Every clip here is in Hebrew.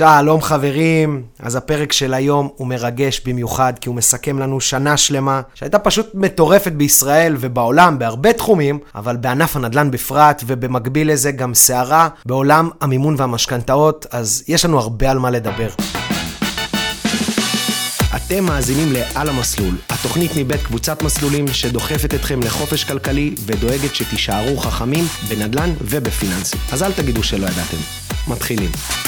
שלום חברים, אז הפרק של היום הוא מרגש במיוחד כי הוא מסכם לנו שנה שלמה שהייתה פשוט מטורפת בישראל ובעולם בהרבה תחומים, אבל בענף הנדל"ן בפרט, ובמקביל לזה גם סערה בעולם המימון והמשכנתאות, אז יש לנו הרבה על מה לדבר. אתם מאזינים לעל המסלול, התוכנית מבית קבוצת מסלולים שדוחפת אתכם לחופש כלכלי ודואגת שתישארו חכמים בנדל"ן ובפיננסים. אז אל תגידו שלא ידעתם. מתחילים.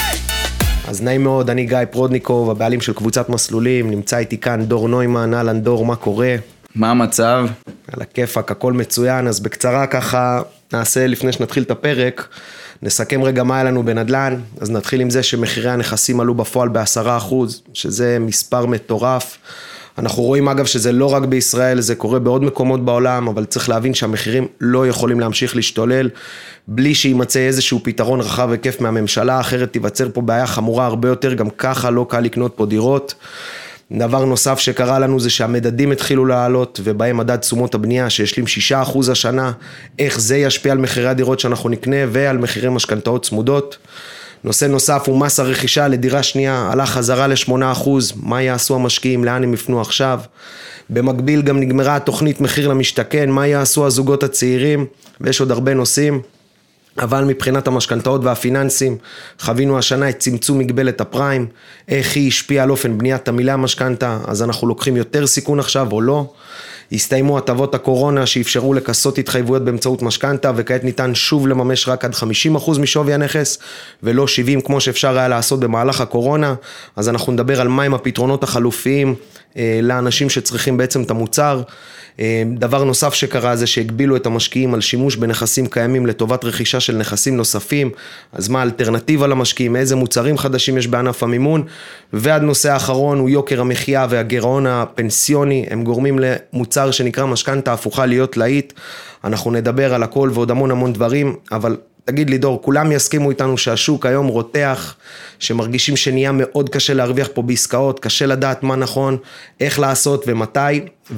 אז נעים מאוד, אני גיא פרודניקוב, הבעלים של קבוצת מסלולים, נמצא איתי כאן דור נוימן. אהלן דור, מה קורה? מה המצב? על הכיפק, הכל מצוין. אז בקצרה ככה נעשה לפני שנתחיל את הפרק, נסכם רגע מה היה לנו בנדל"ן. אז נתחיל עם זה שמחירי הנכסים עלו בפועל ב10%, שזה מספר מטורף. אנחנו רואים אגב שזה לא רק בישראל, זה קורה בעוד מקומות בעולם, אבל צריך להבין שהמחירים לא יכולים להמשיך להשתולל, בלי שימצא איזשהו פתרון רחב וכיף מהממשלה, אחרת תיווצר פה בעיה חמורה הרבה יותר, גם ככה לא קל לקנות פה דירות. דבר נוסף שקרה לנו זה שהמדדים התחילו לעלות, ובהם מדד תשומות הבנייה שהשלים 6% השנה, איך זה ישפיע על מחירי הדירות שאנחנו נקנה, ועל מחירי משכנתאות צמודות. נושא נוסף הוא מס הרכישה לדירה שנייה, עלה חזרה ל8%, מה יעשו המשקיעים, לאן הם יפנו עכשיו? במקביל גם נגמרה התוכנית מחיר למשתכן, מה יעשו הזוגות הצעירים, ויש עוד הרבה נושאים, אבל מבחינת המשכנתאות והפיננסים, חווינו השנה את צמצום מגבלת הפריים, איך היא השפיעה על אופן בניית תמהילי המשכנתה, אז אנחנו לוקחים יותר סיכון עכשיו או לא, הסתיימו הטבות הקורונה שאפשרו לכסות התחייבויות באמצעות משכנתה, וכעת ניתן שוב לממש רק עד 50% משווי הנכס, ולא 70 כמו שאפשר היה לעשות במהלך הקורונה. אז אנחנו נדבר על מהם הפתרונות החלופיים לאנשים שצריכים בעצם את המוצר. דבר נוסף שקרה זה שהגבילו את המשקיעים על שימוש בנכסים קיימים לטובת רכישה של נכסים נוספים, אז מה האלטרנטיבה למשקיעים, איזה מוצרים חדשים יש בענף המימון, ועד נושא האחרון הוא יוקר המחיה והגירעון הפנסיוני, הם גורמים למוצר שנקרא משכנתה הפוכה להיות להיט. אנחנו נדבר על הכל ועוד המון דברים, אבל תגיד לי דור, כולם יסכימו איתנו שהשוק היום רותח, שמרגישים שנהיה מאוד קשה להרוויח פה בעסקאות, קשה לדעת מה נכון, איך לעשות ומתי,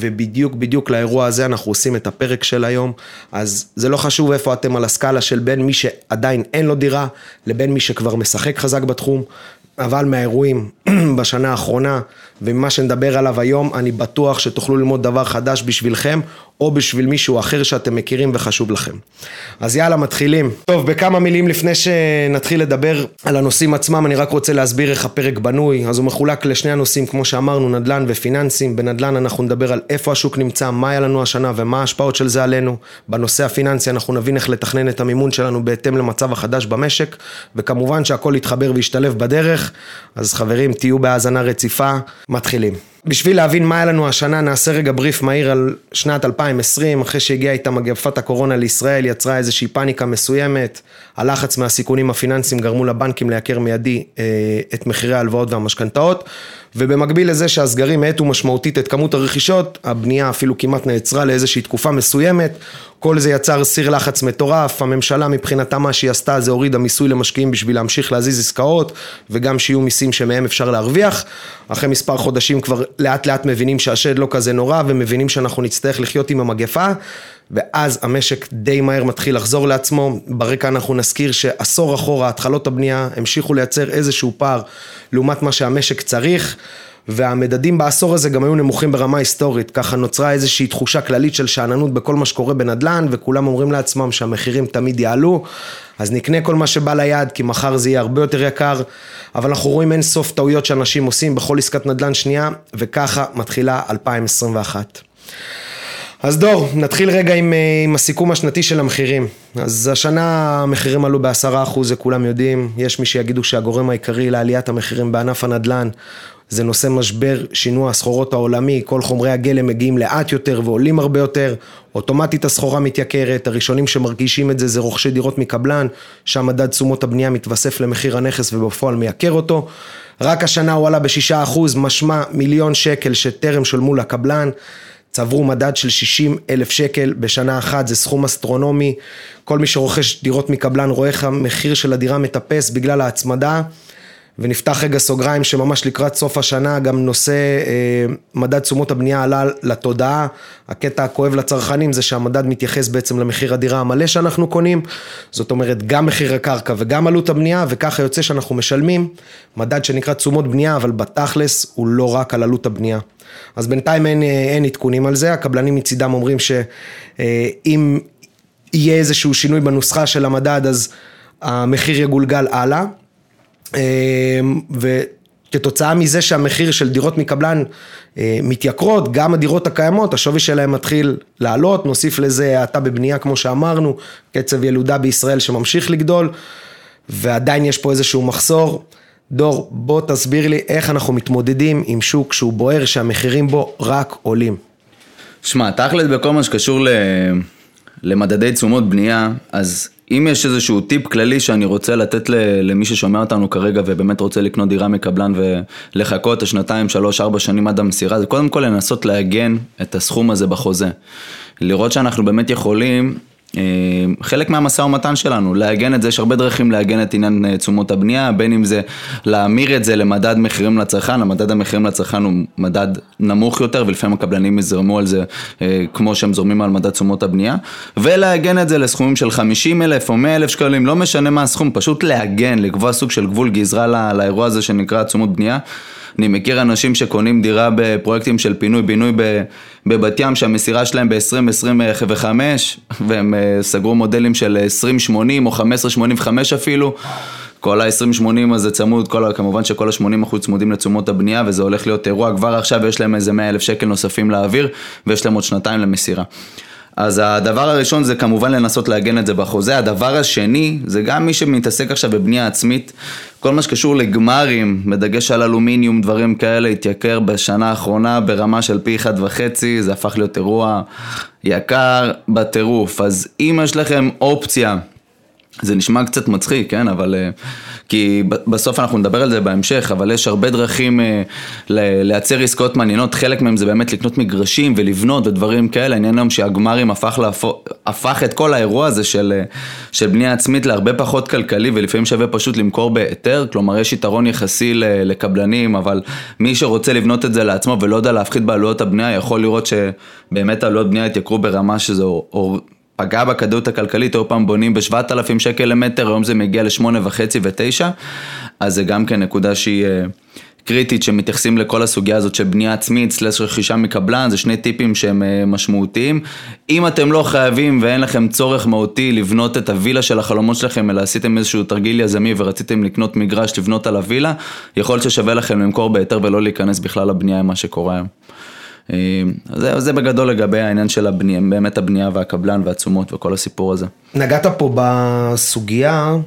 ובדיוק לאירוע הזה אנחנו עושים את הפרק של היום. אז זה לא חשוב איפה אתם על הסקאלה של בין מי שעדיין אין לו דירה, לבין מי שכבר משחק חזק בתחום, אבל מהאירועים בשנה האחרונה, וממה שנדבר עליו היום, אני בטוח שתוכלו ללמוד דבר חדש בשבילכם, או בשביל מישהו אחר שאתם מכירים וחשוב לכם. אז יאללה, מתחילים. טוב, בכמה מילים לפני שנתחיל לדבר על הנושאים עצמם, אני רק רוצה להסביר איך הפרק בנוי. אז הוא מחולק לשני הנושאים, כמו שאמרנו, נדל"ן ופיננסים. בנדל"ן אנחנו נדבר על איפה השוק נמצא, מה היה לנו השנה ומה ההשפעות של זה עלינו. בנושא הפיננסי אנחנו נבין איך לתכנן את המימון שלנו בהתאם למצב החדש במשק, וכמובן שהכל יתחבר וישתלב בדרך. אז חברים, תהיו בהאזנה רציפה, מתחילים. בשביל להבין מה היה לנו השנה, נעשה רגע בריף מהיר על שנת 2020, אחרי שהגיעה איתה מגפת הקורונה לישראל, יצרה איזושהי פאניקה מסוימת, הלחץ מהסיכונים הפיננסיים גרמו לבנקים לייקר מיידי את מחירי ההלוואות והמשכנתאות, ובמקביל לזה שהסגרים העטו משמעותית את כמות הרכישות, הבנייה אפילו כמעט נעצרה לאיזושהי תקופה מסוימת, כל זה יצר סיר לחץ מטורף, הממשלה מבחינתה מה שהיא עשתה זה הורידה מיסוי למשקיעים בשביל להמשיך להזיז עסקאות, וגם שיהיו מיסים שמהם אפשר להרוויח. אחרי מספר חודשים כבר לאט מבינים שהשד לא כזה נורא, ומבינים שאנחנו נצטרך לחיות עם המגפה, ואז המשק די מהר מתחיל לחזור לעצמו. ברקע אנחנו נזכיר שעשור אחורה התחלות הבנייה המשיכו לייצר איזשהו פער לעומת מה שהמשק צריך, והמדדים בעשור הזה גם היו נמוכים ברמה היסטורית, ככה נוצרה איזושהי תחושה כללית של שעננות בכל מה שקורה בנדל"ן, וכולם אומרים לעצמם שהמחירים תמיד יעלו, אז נקנה כל מה שבא ליד, כי מחר זה יהיה הרבה יותר יקר, אבל אנחנו רואים אין סוף טעויות שאנשים עושים בכל עסקת נדל"ן שנייה, וככה מתחילה 2021. אז דור, נתחיל רגע עם הסיכום השנתי של המחירים. אז השנה המחירים עלו ב10%, זה כולם יודעים. יש מי שיגידו שהגורם העיקרי לעליית המחירים בענף הנדל"ן, זה נושא משבר שינוע הסחורות העולמי, כל חומרי הגלם מגיעים לאט יותר ועולים הרבה יותר, אוטומטית הסחורה מתייקרת, הראשונים שמרגישים את זה זה רוכשי דירות מקבלן, שהמדד תשומות הבנייה מתווסף למחיר הנכס ובפועל מייקר אותו. רק השנה הוא עלה ב6%, משמע מיליון שקל שטרם שולמו לקבלן, צברו מדד של 60,000 שקל בשנה אחת, זה סכום אסטרונומי. כל מי שרוכש דירות מקבלן רואה איך המחיר של הדירה מטפס בגלל ההצמדה, ונפתח רגע סוגריים שממש לקראת סוף השנה גם נושא מדד תשומות הבנייה עלה לתודעה. הקטע הכואב לצרכנים זה שהמדד מתייחס בעצם למחיר הדירה המלא שאנחנו קונים, זאת אומרת גם מחיר הקרקע וגם עלות הבנייה, וככה יוצא שאנחנו משלמים מדד שנקרא תשומות בנייה, אבל בתכלס הוא לא רק על עלות הבנייה. אז בינתיים אין עדכונים על זה, הקבלנים מצידם אומרים שאם יהיה איזשהו שינוי בנוסחה של המדד אז המחיר יגולגל הלאה, וכתוצאה מזה שהמחיר של דירות מקבלן מתייקרות, גם הדירות הקיימות, השווי שלהם מתחיל לעלות, נוסיף לזה האטה בבנייה כמו שאמרנו, קצב ילודה בישראל שממשיך לגדול, ועדיין יש פה איזשהו מחסור. דור, בוא תסביר לי איך אנחנו מתמודדים עם שוק שהוא בוער, שהמחירים בו רק עולים. שמע, תכל'ס בכל מה שקשור למדדי תשומות בנייה, אז אם יש איזשהו טיפ כללי שאני רוצה לתת למי ששומע אותנו כרגע ובאמת רוצה לקנות דירה מקבלן ולחכות 2, 3, 4 שנים עד המסירה, זה קודם כל לנסות להגן את הסכום הזה בחוזה. לראות שאנחנו באמת יכולים, חלק מהמשא ומתן שלנו, להגן את זה, יש הרבה דרכים להגן את עניין תשומות הבנייה, בין אם זה להמיר את זה למדד מחירים לצרכן, המדד המחירים לצרכן הוא מדד נמוך יותר, ולפעמים הקבלנים יזרמו על זה כמו שהם זורמים על מדד תשומות הבנייה, ולהגן את זה לסכומים של 50,000 או 100,000 שקלים, לא משנה מה הסכום, פשוט להגן, לקבוע סוג של גבול גזרה לאירוע הזה שנקרא תשומות בנייה. אני מכיר אנשים שקונים דירה בפרויקטים של פינוי-בינוי בבת ים, שהמסירה שלהם ב-2025, והם סגרו מודלים של 2080 או 1585 אפילו. כל ה-2080 הזה צמוד, כמובן שכל ה-80% צמודים לתשומות הבנייה, וזה הולך להיות אירוע. כבר עכשיו יש להם איזה 100,000 שקל נוספים לאוויר, ויש להם עוד 2 למסירה. אז הדבר הראשון זה כמובן לנסות להגן את זה בחוזה. הדבר השני זה גם מי שמתעסק עכשיו בבנייה עצמית, כל מה שקשור לגמרים, בדגש על אלומיניום, דברים כאלה, התייקר בשנה האחרונה ברמה של פי 1.5, זה הפך להיות אירוע יקר בטירוף. אז אם יש לכם אופציה, זה נשמע קצת מצחיק, כן? אבל כי בסוף אנחנו נדבר על זה בהמשך, אבל יש הרבה דרכים לייצר עסקאות מעניינות, חלק מהם זה באמת לקנות מגרשים ולבנות ודברים כאלה. העניין היום שהגמרים הפך את כל האירוע הזה של בנייה עצמית להרבה פחות כלכלי, ולפעמים שווה פשוט למכור בהיתר, כלומר יש יתרון יחסי לקבלנים, אבל מי שרוצה לבנות את זה לעצמו ולא יודע להפחית בעלויות הבנייה, יכול לראות שבאמת העלויות בנייה יתייקרו ברמה שזה פגע בכדאיות הכלכלית, או פעם בונים ב7,000 שקל למטר, היום זה מגיע ל8.5 ו9, אז זה גם כן נקודה שהיא קריטית, שמתייחסים לכל הסוגיה הזאת של בנייה עצמית, סלש רכישה מקבלן, זה שני טיפים שהם משמעותיים. אם אתם לא חייבים ואין לכם צורך מהותי לבנות את הווילה של החלומות שלכם, אלא עשיתם איזשהו תרגיל יזמי ורציתם לקנות מגרש לבנות על הווילה, יכול ששווה לכם למכור בהיתר ולא להיכנס בכלל לבנייה עם מה שקורה היום. זה בגדול לגבי העניין של הבנייה, באמת הבנייה והקבלן והתשומות וכל הסיפור הזה. נגעת פה בסוגיה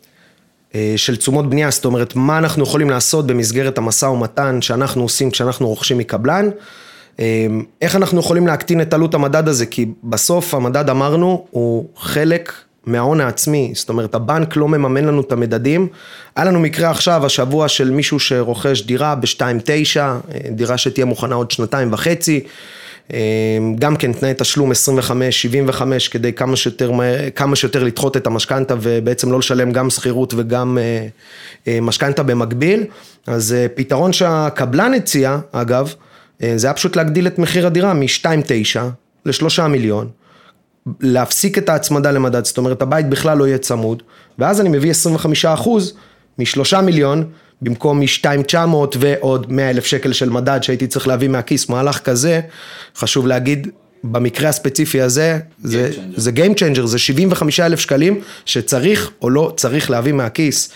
של תשומות בנייה, זאת אומרת, מה אנחנו יכולים לעשות במסגרת המשא ומתן שאנחנו עושים כשאנחנו רוכשים מקבלן, איך אנחנו יכולים להקטין את עלות המדד הזה, כי בסוף המדד אמרנו הוא חלק מההון העצמי, זאת אומרת, הבנק לא מממן לנו את המדדים. היה לנו מקרה עכשיו, השבוע של מישהו שרוכש דירה ב-2.9, דירה שתהיה מוכנה עוד 2.5, גם כן תנאי תשלום 25-75, כדי כמה שיותר לדחות את המשכנתה, ובעצם לא לשלם גם שכירות וגם משכנתה במקביל. אז פתרון שהקבלן הציע, אגב, זה היה פשוט להגדיל את מחיר הדירה מ-2.9 ל3 מיליון, להפסיק את ההצמדה למדד, זאת אומרת, הבית בכלל לא יהיה צמוד, ואז אני מביא 25% מ3 מיליון, במקום מ2,900 ועוד 100,000 שקל של מדד שהייתי צריך להביא מהכיס. מהלך כזה, חשוב להגיד, במקרה הספציפי הזה, זה game changer, זה 75,000 שקלים שצריך או לא צריך להביא מהכיס.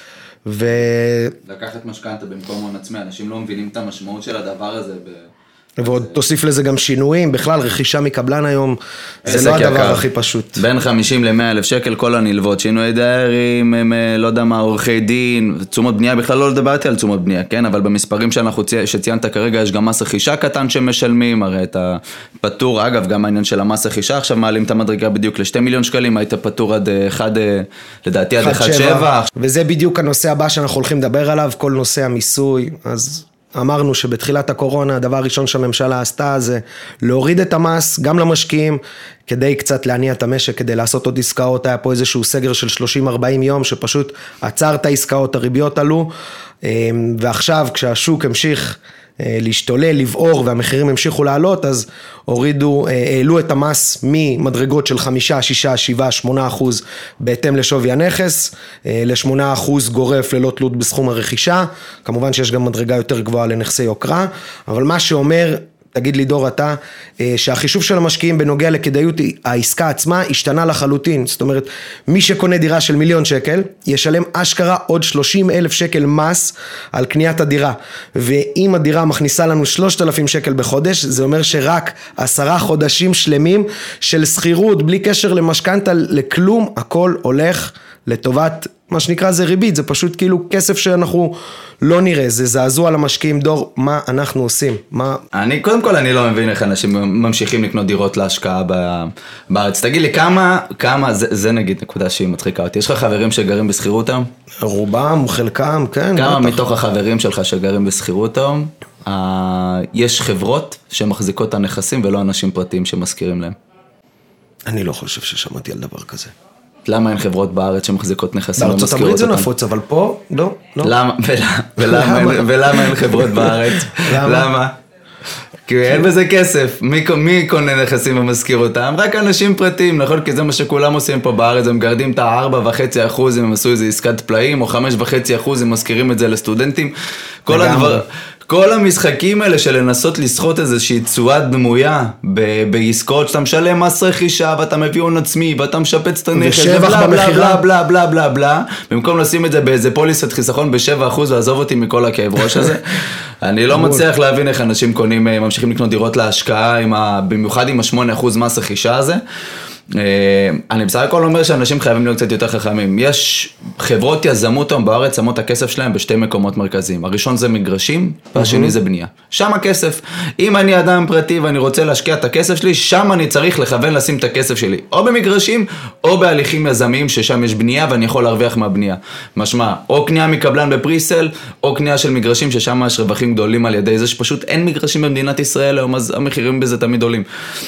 לקחת משכנתה במקום הון עצמי, אנשים לא מבינים את המשמעות של הדבר הזה ועוד תוסיף לזה גם שינויים, בכלל רכישה מקבלן היום, זה לא הדבר הכי פשוט. בין 50 ל-100,000 שקל כל הנלוות, שינוי דיירים, לא יודע מה, עורכי דין, תשומות בנייה, בכלל לא דיברתי על תשומות בנייה, כן? אבל במספרים שציינת כרגע, יש גם מס רכישה קטן שמשלמים, הרי את הפטור, אגב, גם העניין של המס רכישה, עכשיו מעלים את המדרגה בדיוק ל2 מיליון שקלים, היית פטור עד לדעתי עד 1.7. וזה בדיוק הנושא הבא שאנחנו הולכים לדבר עליו, כל נושא המיסוי, אז אמרנו שבתחילת הקורונה הדבר הראשון שהממשלה עשתה זה להוריד את המס גם למשקיעים כדי קצת להניע את המשק, כדי לעשות עוד עסקאות. היה פה איזשהו סגר של 30-40 יום שפשוט עצר את העסקאות, הריביות עלו, ועכשיו כשהשוק המשיך להשתולל, לבעור והמחירים המשיכו לעלות, אז העלו את המס ממדרגות של 5, 6, 7, 8% בהתאם לשווי הנכס, ל8% גורף ללא תלות בסכום הרכישה. כמובן שיש גם מדרגה יותר גבוהה לנכסי יוקרה, אבל מה שאומר, תגיד לי דור אתה, שהחישוב של המשקיעים בנוגע לכדאיות העסקה עצמה השתנה לחלוטין. זאת אומרת, מי שקונה דירה של 1,000,000 שקל, ישלם אשכרה עוד 30,000 שקל מס על קניית הדירה. ואם הדירה מכניסה לנו 3,000 שקל בחודש, זה אומר שרק 10 חודשים שלמים של שכירות, בלי קשר למשכנתא, לכלום, הכל הולך לטובת, מה שנקרא זה ריבית, זה פשוט כאילו כסף שאנחנו לא נראה, זה זעזוע למשקיעים. דור, מה אנחנו עושים? קודם כל אני לא מבין איך אנשים ממשיכים לקנות דירות להשקעה בארץ. תגיד לי, כמה, זה נגיד נקודה שהיא מצחיקה אותי. יש לך חברים שגרים בשכירות היום? רובם, חלקם, כן. כמה מתוך החברים שלך שגרים בשכירות היום, יש חברות שמחזיקות את הנכסים ולא אנשים פרטיים שמזכירים להם? אני לא חושב ששמעתי על דבר כזה. למה אין חברות בארץ שמחזיקות נכסים ומזכירות אותם? בארצות הברית זה נפוץ, אבל פה, לא. ולמה אין חברות בארץ? למה? כי אין בזה כסף. מי קונה נכסים ומזכיר אותם? רק אנשים פרטיים, נכון? כי זה מה שכולם עושים פה בארץ, הם גרדים את ה4.5% אם הם עשו איזה עסקת פלאים, או 5.5% אם מזכירים את זה לסטודנטים. כל המשחקים האלה של לנסות לסחוט איזושהי תשואה דמויה בעסקאות שאתה משלם מס רכישה ואתה מביא הון עצמי ואתה משפץ את הנכס ובלה בלה בלה בלה בלה בלה בלה, במקום לשים את זה באיזה פוליסת חיסכון ב7% ועזוב אותי מכל הכאב ראש הזה. אני לא מצליח להבין איך אנשים ממשיכים לקנות דירות להשקעה במיוחד עם ה8% מס רכישה הזה. אני בסך הכל אומר שאנשים חייבים להיות קצת יותר חכמים. יש חברות יזמות היום בארץ שמות את הכסף שלהם בשתי מקומות מרכזיים. הראשון זה מגרשים, והשני זה בנייה. שם הכסף. אם אני אדם פרטי ואני רוצה להשקיע את הכסף שלי, שם אני צריך לכוון לשים את הכסף שלי. או במגרשים, או בהליכים יזמיים ששם יש בנייה ואני יכול להרוויח מהבנייה. משמע, או קנייה מקבלן בפריסל, או קנייה של מגרשים ששם יש רווחים גדולים על ידי זה שפשוט אין מגרשים במדינת ישראל היום, אז המחירים בזה תמיד עולים.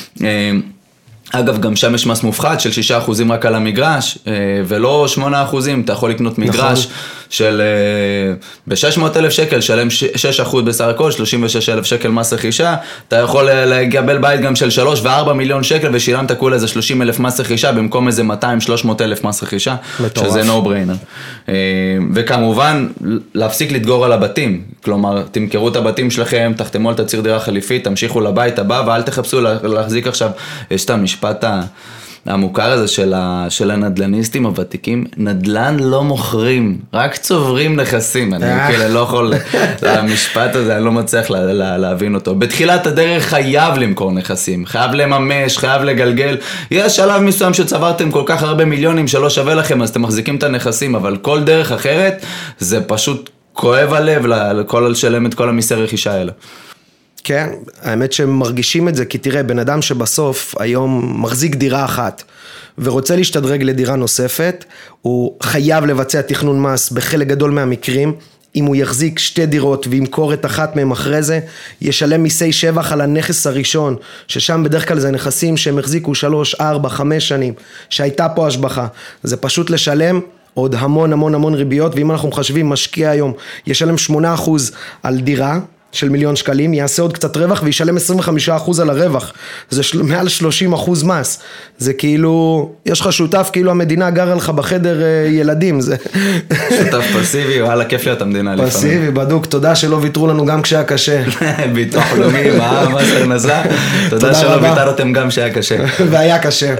אגב, גם שם יש מס מופחת של 6% רק על המגרש, ולא 8%, אתה יכול לקנות מגרש של ב-600,000 שקל, שלם 6% בסך הכל, 36,000 שקל מס רכישה, אתה יכול לקבל בית גם של 3 ו4 מיליון שקל, ושילמת כולה איזה 30,000 מס רכישה, במקום איזה 200-300,000 מס רכישה, שזה no brainer. וכמובן, להפסיק לדגור על הבתים, כלומר, תמכרו את הבתים שלכם, תחתמו על תצהיר דירה חליפית, תמשיכו לבית הבא, ואל תחפשו להחזיק עכשיו, יש את המשפט המוכר הזה של הנדלניסטים הוותיקים, נדלן לא מוכרים, רק צוברים נכסים. אני כאילו לא יכול, המשפט הזה אני לא מצליח להבין אותו. בתחילת הדרך חייב למכור נכסים, חייב לממש, חייב לגלגל. יש שלב מסוים שצברתם כל כך הרבה מיליונים שלא שווה לכם, אז אתם מחזיקים את הנכסים, אבל כל דרך אחרת זה פשוט כואב הלב לשלם את כל המיסי רכישה האלה. כן, האמת שהם מרגישים את זה, כי תראה, בן אדם שבסוף היום מחזיק דירה אחת, ורוצה להשתדרג לדירה נוספת, הוא חייב לבצע תכנון מס בחלק גדול מהמקרים. אם הוא יחזיק 2 דירות וימכור את אחת מהם אחרי זה, ישלם מיסי שבח על הנכס הראשון, ששם בדרך כלל זה נכסים שהם החזיקו 3, 4, 5 שנים, שהייתה פה השבחה. זה פשוט לשלם עוד המון ריביות, ואם אנחנו מחשבים משקיע היום, ישלם 8% על דירה, של 1,000,000 שקלים, יעשה עוד קצת רווח וישלם 25% על הרווח. זה מעל 30% מס. זה כאילו, יש לך שותף, כאילו המדינה גרה לך בחדר ילדים. זה שותף פסיבי, וואלה, כיף להיות המדינה לפעמים. פסיבי, בדוק, תודה שלא ויתרו לנו גם כשהיה קשה. ביטוח לאומי, מס הכנסה. תודה שלא ויתרתם גם כשהיה קשה. והיה קשה.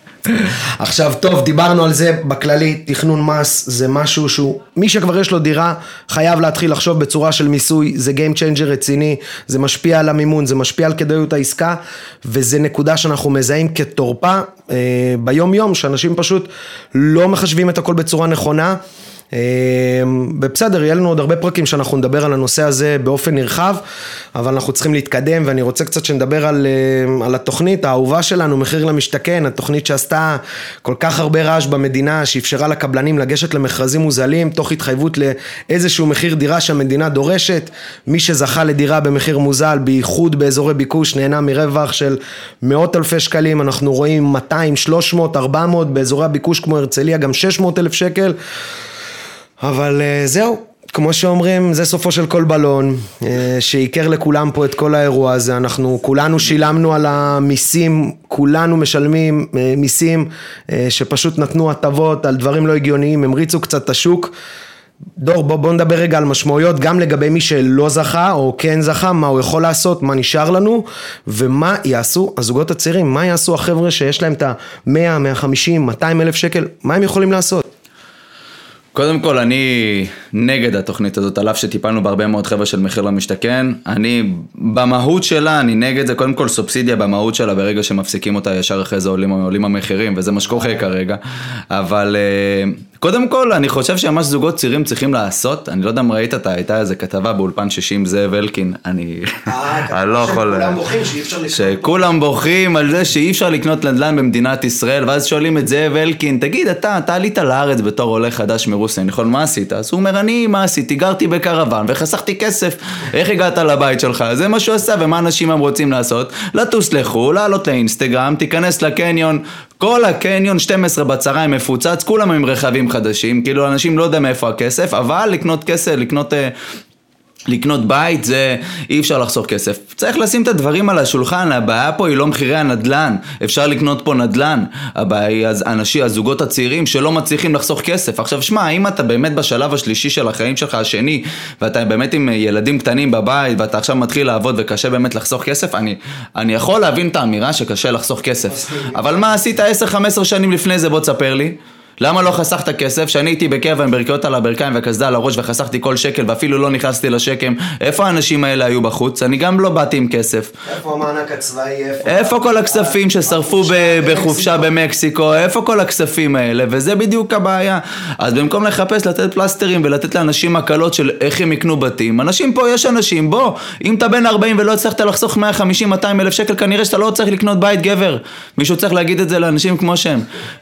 עכשיו טוב, דיברנו על זה בכללי, תכנון מס זה משהו שהוא, מי שכבר יש לו דירה חייב להתחיל לחשוב בצורה של מיסוי, זה game changer רציני, זה משפיע על המימון, זה משפיע על כדאיות העסקה, וזה נקודה שאנחנו מזהים כתורפה ביום יום, שאנשים פשוט לא מחשבים את הכל בצורה נכונה. ובסדר, יהיה לנו עוד הרבה פרקים שאנחנו נדבר על הנושא הזה באופן נרחב, אבל אנחנו צריכים להתקדם, ואני רוצה קצת שנדבר על התוכנית האהובה שלנו, מחיר למשתכן, התוכנית שעשתה כל כך הרבה רעש במדינה, שאפשרה לקבלנים לגשת למכרזים מוזלים, תוך התחייבות לאיזשהו מחיר דירה שהמדינה דורשת. מי שזכה לדירה במחיר מוזל, בייחוד באזורי ביקוש, נהנה מרווח של מאות אלפי שקלים, אנחנו רואים 200, 300, 400, באזורי הביקוש כמו הרצליה, גם 600,000 שקל, אבל זהו, כמו שאומרים, זה סופו של כל בלון, שיקר לכולם פה את כל האירוע הזה, אנחנו כולנו שילמנו על המיסים, כולנו משלמים מיסים, שפשוט נתנו הטבות על דברים לא הגיוניים, המריצו קצת את השוק. דור, בוא נדבר רגע על משמעויות, גם לגבי מי שלא זכה או כן זכה, מה הוא יכול לעשות, מה נשאר לנו, ומה יעשו הזוגות הצעירים, מה יעשו החבר'ה שיש להם את ה-100, 150, 200 אלף שקל, מה הם יכולים לעשות? קודם כל, אני נגד התוכנית הזאת, על אף שטיפלנו בהרבה מאוד חבר'ה של מחיר למשתכן. אני, במהות שלה, אני נגד זה. קודם כל, סובסידיה במהות שלה, ברגע שמפסיקים אותה, ישר אחרי זה עולים המחירים, וזה מה שקורה כרגע. אבל קודם כל, אני חושב שממש זוגות צעירים צריכים לעשות, אני לא יודע אם ראית, הייתה איזה כתבה באולפן 60 זאב אלקין, אני לא יכול... שכולם בוכים שאי אפשר לקנות. שכולם בוכים על זה שאי אפשר לקנות נדל"ן במדינת ישראל, ואז שואלים את זאב אלקין, תגיד, אתה עלית לארץ בתור עולה חדש מרוסיה, נכון, מה עשית? אז הוא אומר, אני מה עשיתי? גרתי בקרוון וחסכתי כסף. איך הגעת לבית שלך? זה מה שהוא עשה, ומה אנשים הם רוצים לעשות? לטוס לחו"ל, לעלות לאינסטגרם, תיכנס לקניון, כל הקניון 12 בצהריים מפוצץ, כולם עם רכבים חדשים, כאילו אנשים לא יודע מאיפה הכסף, אבל לקנות כסף, לקנות בית, זה אי אפשר לחסוך כסף. צריך לשים את הדברים על השולחן, הבעיה פה היא לא מחירי הנדלן, אפשר לקנות פה נדלן, הבעיה היא הזוגות הצעירים שלא מצליחים לחסוך כסף. עכשיו שמע, אם אתה באמת בשלב השלישי של החיים שלך, השני, ואתה באמת עם ילדים קטנים בבית, ואתה עכשיו מתחיל לעבוד וקשה באמת לחסוך כסף, אני יכול להבין את האמירה שקשה לחסוך כסף. אבל מה עשית 10-15 שנים לפני זה? בוא תספר לי. למה לא חסכת כסף? שאני הייתי בקבע עם ברכיות על הברכיים וכסדה על הראש וחסכתי כל שקל ואפילו לא נכנסתי לשקם. איפה האנשים האלה היו בחוץ? אני גם לא באתי עם כסף. איפה המענק הצבאי? איפה כל הכספים ששרפו בחופשה במקסיקו? איפה כל הכספים האלה? וזה בדיוק הבעיה. אז במקום לחפש לתת פלסטרים ולתת לאנשים הקלות של איך הם יקנו בתים, אנשים פה, יש אנשים, בוא, אם אתה בן 40 ולא הצלחת לחסוך 150-200 אלף שקל, כנראה שאתה לא צריך לקנות בית גבר. מישהו צריך להגיד את זה לאנשים כמו שהם.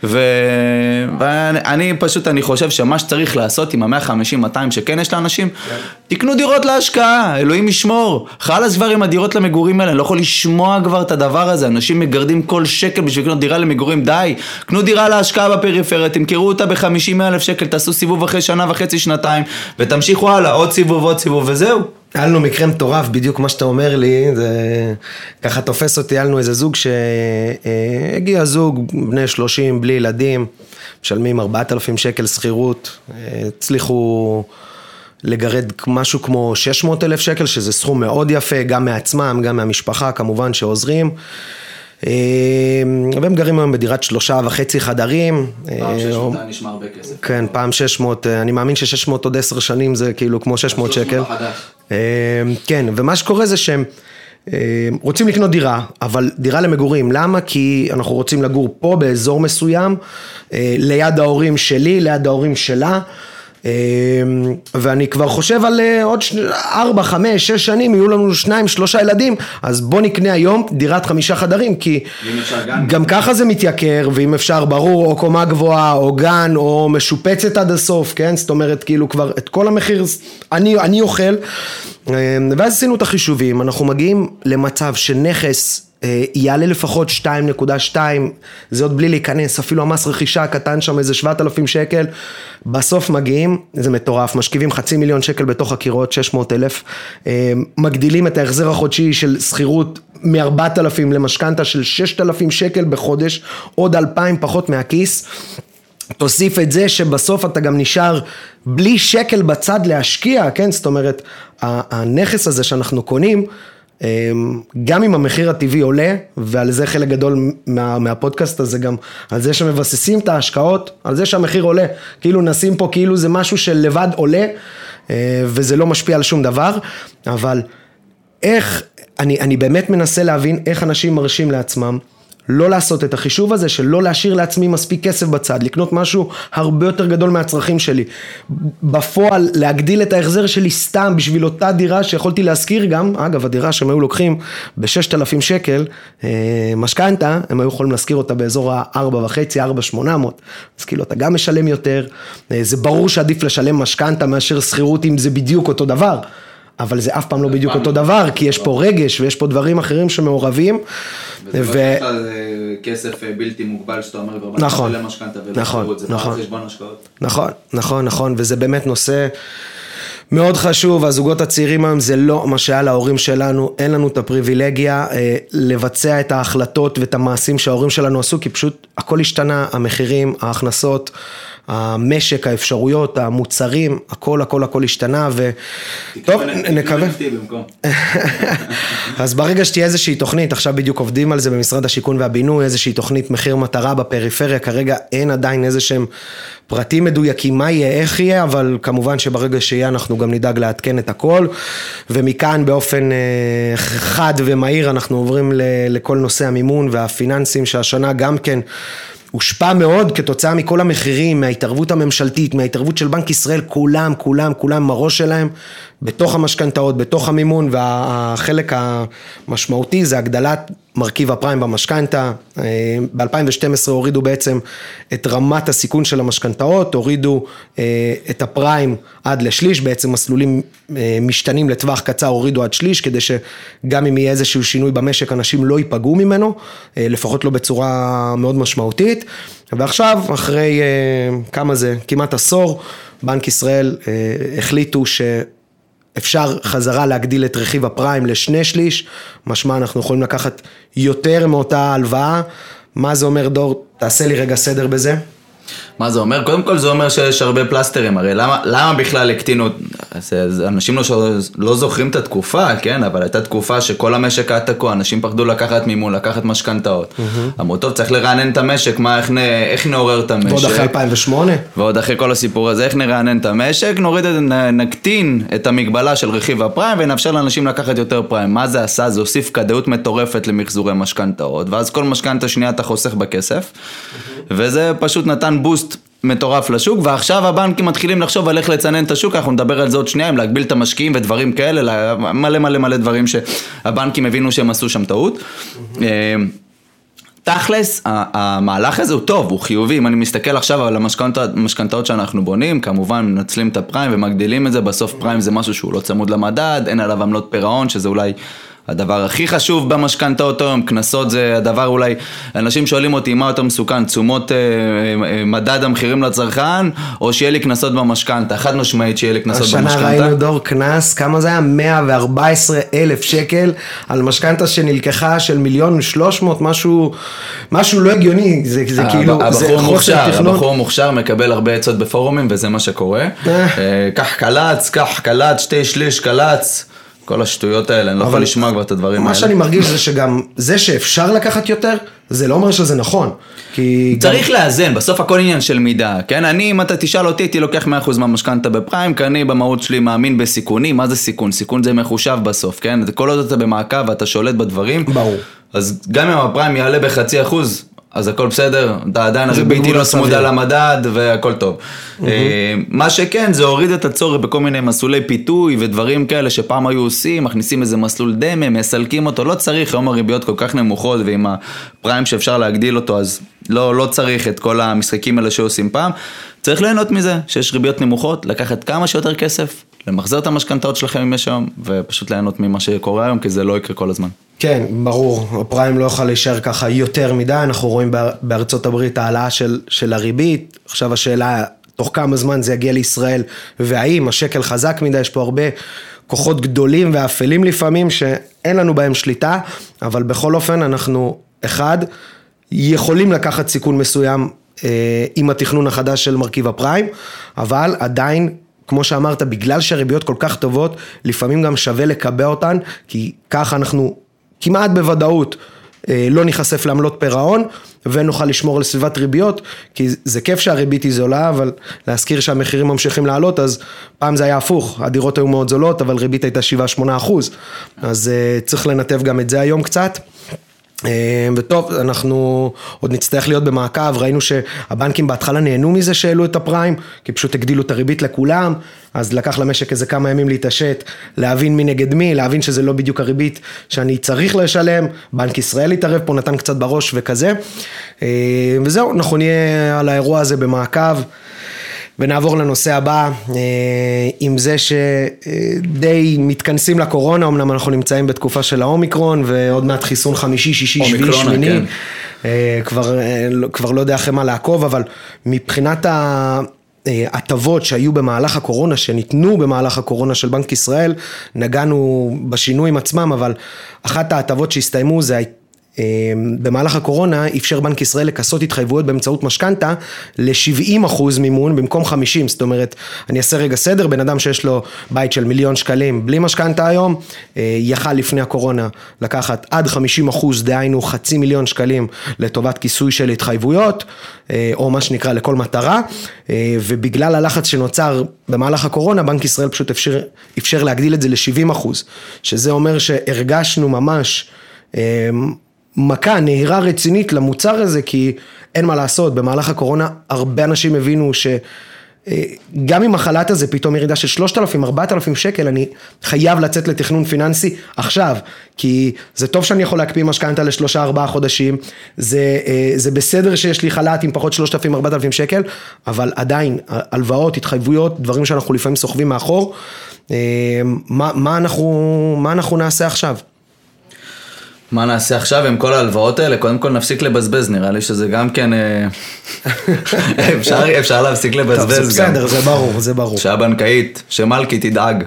אני חושב שמה שצריך לעשות עם ה-150-200 שכן יש לאנשים, תקנו דירות להשקעה, אלוהים ישמור. חלס כבר עם הדירות למגורים האלה, אני לא יכול לשמוע כבר את הדבר הזה, אנשים מגרדים כל שקל בשביל לקנות דירה למגורים, די, קנו דירה להשקעה בפריפריה, תמכרו אותה ב50,000 שקל, תעשו סיבוב אחרי שנה וחצי, שנתיים, ותמשיכו הלאה, עוד סיבוב, וזהו. היה לנו מקרה מטורף, בדיוק מה שאתה אומר לי, זה ככה תופס אותי, היה לנו איזה זוג שהגיע זוג, בני 30, בלי ילדים, משלמים 4,000 שקל שכירות, הצליחו לגרד משהו כמו 600,000 שקל, שזה סכום מאוד יפה, גם מעצמם, גם מהמשפחה, כמובן שעוזרים, והם גרים היום בדירת 3.5 חדרים. פעם 600 נשמע הרבה כסף. כן, פעם 600, אני מאמין ש600 עוד 10 שנים זה כאילו כמו 600 שקל. כן, ומה שקורה זה שהם רוצים לקנות דירה, אבל דירה למגורים. למה? כי אנחנו רוצים לגור פה באזור מסוים, ליד ההורים שלי, ליד ההורים שלה, ואני כבר חושב על עוד 4, 5, 6 שנים יהיו לנו 2-3 ילדים, אז בוא נקנה היום דירת 5 חדרים, כי גם ככה זה מתייקר, ואם אפשר ברור או קומה גבוהה או גן או משופצת עד הסוף, כן? זאת אומרת כאילו כבר את כל המחיר אני אוכל, ואז עשינו את החישובים, אנחנו מגיעים למצב שנכס יעלה לפחות 2.2, זה עוד בלי להיכנס, אפילו המס רכישה הקטן שם איזה 7,000 שקל, בסוף מגיעים, זה מטורף, משכיבים 500,000 שקל בתוך הקירות, 600,000, מגדילים את ההחזר החודשי של שכירות מ-4,000 למשכנתה של 6,000 שקל בחודש, עוד 2,000 פחות מהכיס, תוסיף את זה שבסוף אתה גם נשאר בלי שקל בצד להשקיע, כן? זאת אומרת, הנכס הזה שאנחנו קונים, גם אם המחיר הטבעי עולה, ועל זה חלק גדול מהפודקאסט הזה גם, על זה שמבססים את ההשקעות, על זה שהמחיר עולה, כאילו נשים פה כאילו זה משהו שלבד עולה, וזה לא משפיע על שום דבר, אבל איך, אני באמת מנסה להבין איך אנשים מרשים לעצמם, לא לעשות את החישוב הזה, של לא להשאיר לעצמי מספיק כסף בצד, לקנות משהו הרבה יותר גדול מהצרכים שלי. בפועל, להגדיל את ההחזר שלי סתם בשביל אותה דירה שיכולתי להזכיר גם, אגב, הדירה שהם היו לוקחים ב-6,000 שקל, משכנתה, הם היו יכולים להזכיר אותה באזור ה-4.5, 4,800, אז כאילו אתה גם משלם יותר, זה ברור שעדיף לשלם משכנתה מאשר שכירות אם זה בדיוק אותו דבר, אבל זה אף פעם לא בדיוק אותו דבר, כי יש פה רגש ויש פה דברים אחרים שמעורבים. וזה כסף בלתי מוגבל שאתה אומר, נכון, נכון, נכון, נכון, וזה באמת נושא מאוד חשוב. הזוגות הצעירים היום זה לא מה שהיה להורים שלנו, אין לנו את הפריבילגיה לבצע את ההחלטות ואת המעשים שההורים שלנו עשו, כי פשוט הכל השתנה, המחירים, ההכנסות, המשק, האפשרויות, המוצרים, הכל השתנה, וטוב, נקווה. אז ברגע שתהיה איזושהי תוכנית, עכשיו בדיוק עובדים על זה במשרד השיכון והבינוי, איזושהי תוכנית מחיר מטרה בפריפריה, כרגע אין עדיין איזה שהם פרטים מדויקים, מה יהיה, איך יהיה, אבל כמובן שברגע שיהיה אנחנו גם נדאג לעדכן את הכל, ומכאן באופן חד ומהיר אנחנו עוברים לכל נושא המימון והפיננסים, שהשנה גם כן הושפע מאוד כתוצאה מכל המחירים, מההתערבות הממשלתית, מההתערבות של בנק ישראל, כולם מראש שלהם, בתוך המשכנתאות, בתוך המימון, והחלק המשמעותי זה הגדלת מרכיב הפריים במשכנתה. ב-2012 הורידו בעצם את רמת הסיכון של המשכנתאות, הורידו את הפריים עד לשליש, בעצם מסלולים משתנים לטווח קצר, הורידו עד שליש, כדי שגם אם יהיה איזשהו שינוי במשק, אנשים לא ייפגעו ממנו, לפחות לא בצורה מאוד משמעותית. ועכשיו, אחרי כמה זה, כמעט עשור, בנק ישראל החליטו אפשר חזרה להגדיל את רכיב הפריים ל2/3, משמע אנחנו יכולים לקחת יותר מאותה הלוואה. מה זה אומר, דור? תעשה לי רגע סדר בזה. מה זה אומר? קודם כל זה אומר שיש הרבה פלסטרים, הרי למה בכלל הקטינו, אנשים לא זוכרים את התקופה, כן? אבל הייתה תקופה שכל המשק היה תקוע, אנשים פחדו לקחת מימון, לקחת משכנתאות. אמרו, טוב, צריך לרענן את המשק, איך נעורר את המשק? ועוד אחרי 2008. ועוד אחרי כל הסיפור הזה, איך נרענן את המשק? נקטין את המגבלה של רכיב הפריים, ונאפשר לאנשים לקחת יותר פריים. מה זה עשה? זה הוסיף כדאיות מטורפת למחזורי משכנתאות, ואז כל משכנתה שנייה אתה חוסך בכסף, וזה פשוט נתן בוסט מטורף לשוק, ועכשיו הבנקים מתחילים לחשוב על איך לצנן את השוק, אנחנו נדבר על זה עוד שנייה, עם להגביל את המשקיעים ודברים כאלה, מלא דברים שהבנקים הבינו שהם עשו שם טעות. תכלס, המהלך הזה הוא טוב, הוא חיובי. אם אני מסתכל עכשיו על המשכנתאות שאנחנו בונים, כמובן מנצלים את הפריים ומגדילים את זה, בסוף פריים זה משהו שהוא לא צמוד למדד, אין עליו עמלות פירעון, שזה אולי הדבר הכי חשוב במשכנתאות היום. קנסות זה הדבר, אולי אנשים שואלים אותי מה יותר מסוכן, תשומות מדד המחירים לצרכן, או שיהיה לי קנסות במשכנתה. חד משמעית שיהיה לי קנסות במשכנתה. השנה ראינו, דור, קנס, כמה זה היה? 114,000 שקל על משכנתה שנלקחה של 1,300,000, משהו לא הגיוני. זה כאילו, זה חוסר תכנון. הבחור מוכשר מקבל הרבה עצות בפורומים, וזה מה שקורה. קח קלץ, 2/3 קלץ. כל השטויות האלה, אני לא יכול לשמוע כבר את הדברים האלה. מה שאני מרגיש זה שגם זה שאפשר לקחת יותר, זה לא אומר שזה נכון. צריך לאזן, בסוף הכל עניין של מידה, כן? אם אתה תשאל אותי, הייתי לוקח 100% מהמשכנתה בפריים, כי אני במהות שלי מאמין בסיכונים. מה זה סיכון? סיכון זה מחושב בסוף, כן? כל עוד אתה במעקב ואתה שולט בדברים. ברור. אז גם אם הפריים יעלה ב0.5%, אז הכל בסדר, עדיין הריבית היא לא צמודה למדד והכל טוב. מה שכן, זה הוריד את הצורך בכל מיני מסלולי פיתוי ודברים כאלה שפעם היו עושים, מכניסים איזה מסלול דמה, מסלקים אותו, לא צריך, היום הריביות כל כך נמוכות, ועם הפריים שאפשר להגדיל אותו, אז לא צריך את כל המשחקים האלה שעושים פעם. צריך ליהנות מזה, שיש ריביות נמוכות, לקחת כמה שיותר כסף, למחזר את המשכנתאות שלכם אם יש היום, ופשוט ליהנות ממה שקורה היום, כי זה לא יקרה כל הזמן. כן, ברור, הפריים לא יוכל להישאר ככה יותר מדי, אנחנו רואים בארצות הברית העלאה של הריבית, עכשיו השאלה, תוך כמה זמן זה יגיע לישראל, והאם השקל חזק מדי, יש פה הרבה כוחות גדולים ואפלים לפעמים, שאין לנו בהם שליטה, אבל בכל אופן אנחנו, אחד, יכולים לקחת סיכון מסוים, עם התכנון החדש של מרכיב הפריים, אבל עדיין, כמו שאמרת, בגלל שהריביות כל כך טובות, לפעמים גם שווה לקבע אותן, כי ככה אנחנו כמעט בוודאות לא ניחשף לעמלות פירעון, ונוכל לשמור על סביבת ריביות, כי זה כיף שהריבית היא זולה, אבל להזכיר שהמחירים ממשיכים לעלות, אז פעם זה היה הפוך, הדירות היו מאוד זולות, אבל ריבית הייתה 7-8%, אז צריך לנתב גם את זה היום קצת. וטוב, אנחנו עוד נצטרך להיות במעקב, ראינו שהבנקים בהתחלה נהנו מזה שהעלו את הפריים, כי פשוט הגדילו את הריבית לכולם, אז לקח למשק איזה כמה ימים להתעשת, להבין מי נגד מי, להבין שזה לא בדיוק הריבית שאני צריך לשלם, בנק ישראל התערב פה, נתן קצת בראש וכזה, וזהו, אנחנו נהיה על האירוע הזה במעקב, ונעבור לנושא הבא, עם זה שדי מתכנסים לקורונה, אמנם אנחנו נמצאים בתקופה של האומיקרון, ועוד מעט חיסון חמישי, שישי, שביעי, שמיני, כבר לא יודע אחרי מה לעקוב, אבל מבחינת ההטבות שהיו במהלך הקורונה, שניתנו במהלך הקורונה של בנק ישראל, נגענו בשינויים עצמם, אבל אחת ההטבות שהסתיימו זה במהלך הקורונה אפשר בנק ישראל לכסות התחייבויות באמצעות משכנתה ל-70% מימון במקום 50, זאת אומרת, אני אעשה רגע סדר, בן אדם שיש לו בית של 1,000,000 שקלים בלי משכנתה היום, יכל לפני הקורונה לקחת עד 50%, דהיינו 500,000 שקלים לטובת כיסוי של התחייבויות, או מה שנקרא לכל מטרה, ובגלל הלחץ שנוצר במהלך הקורונה, בנק ישראל פשוט אפשר להגדיל את זה ל-70%, שזה אומר שהרגשנו ממש מכה, נהירה רצינית למוצר הזה, כי אין מה לעשות, במהלך הקורונה הרבה אנשים הבינו שגם עם החל"ת הזה פתאום ירידה של 3,000-4,000 שקל, אני חייב לצאת לתכנון פיננסי עכשיו, כי זה טוב שאני יכול להקפיא משכנתה ל3-4 חודשים, זה בסדר שיש לי חל"ת עם פחות 3,000-4,000 שקל, אבל עדיין, הלוואות, התחייבויות, דברים שאנחנו לפעמים סוחבים מאחור, מה אנחנו נעשה עכשיו? מה נעשה עכשיו עם כל ההלוואות האלה? קודם כל נפסיק לבזבז, נראה לי שזה גם כן אפשר להפסיק לבזבז. טוב, זה בסדר, זה ברור, זה ברור. שהבנקאית, שמלכי תדאג.